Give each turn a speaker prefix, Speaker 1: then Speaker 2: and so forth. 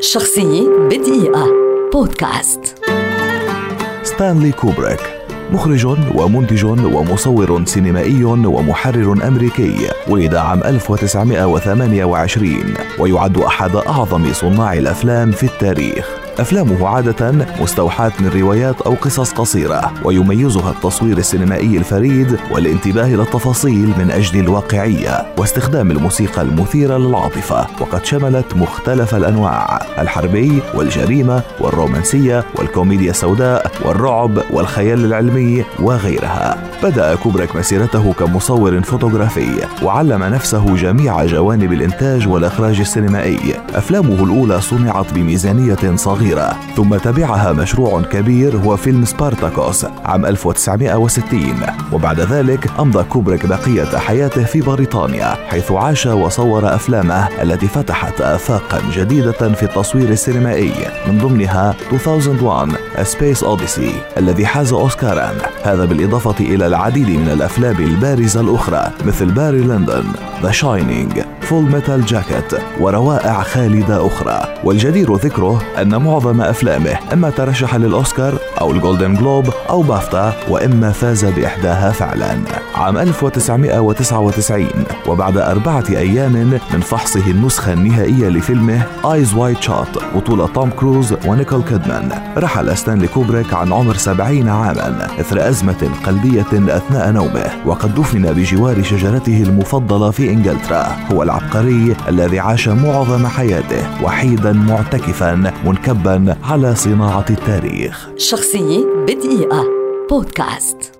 Speaker 1: شخصية بدقيقة بودكاست.
Speaker 2: ستانلي كوبريك مخرج ومنتج ومصور سينمائي ومحرر أمريكي، ولد عام 1928 ويعد أحد أعظم صناع الأفلام في التاريخ. أفلامه عادة مستوحاة من روايات أو قصص قصيرة، ويميزها التصوير السينمائي الفريد والانتباه للتفاصيل من أجل الواقعية واستخدام الموسيقى المثيرة للعاطفة، وقد شملت مختلف الأنواع: الحربي والجريمة والرومانسية والكوميديا السوداء والرعب والخيال العلمي وغيرها. بدأ كوبريك مسيرته كمصور فوتوغرافي، وعلم نفسه جميع جوانب الإنتاج والإخراج السينمائي. أفلامه الأولى صنعت بميزانية صغيرة، ثم تبعها مشروع كبير هو فيلم سبارتاكوس عام 1960، وبعد ذلك أمضى كوبريك بقية حياته في بريطانيا، حيث عاش وصور أفلامه التي فتحت آفاقا جديدة في التصوير السينمائي، من ضمنها 2001 A Space Odyssey الذي حاز أوسكارا. هذا بالإضافة إلى العديد من الأفلام البارزة الأخرى مثل باري لندن، The Shining، فول ميتال جاكيت وروائع خالدة أخرى. والجدير ذكره أن معظم أفلامه إما ترشح للأوسكار أو الجولدن جلوب أو بافتا، وإما فاز بإحداها فعلا. عام 1999 وبعد 4 أيام من فحصه النسخة النهائية لفيلمه Eyes Wide Shut بطولة توم كروز ونيكول كيدمان، رحل ستانلي كوبريك عن عمر 70 عاما إثر أزمة قلبية أثناء نومه، وقد دفن بجوار شجرته المفضلة في إنجلترا. هو العبقري الذي عاش معظم حياته وحيدا معتكفا منكبا على صناعة التاريخ.
Speaker 1: شخصية بدقيقة بودكاست.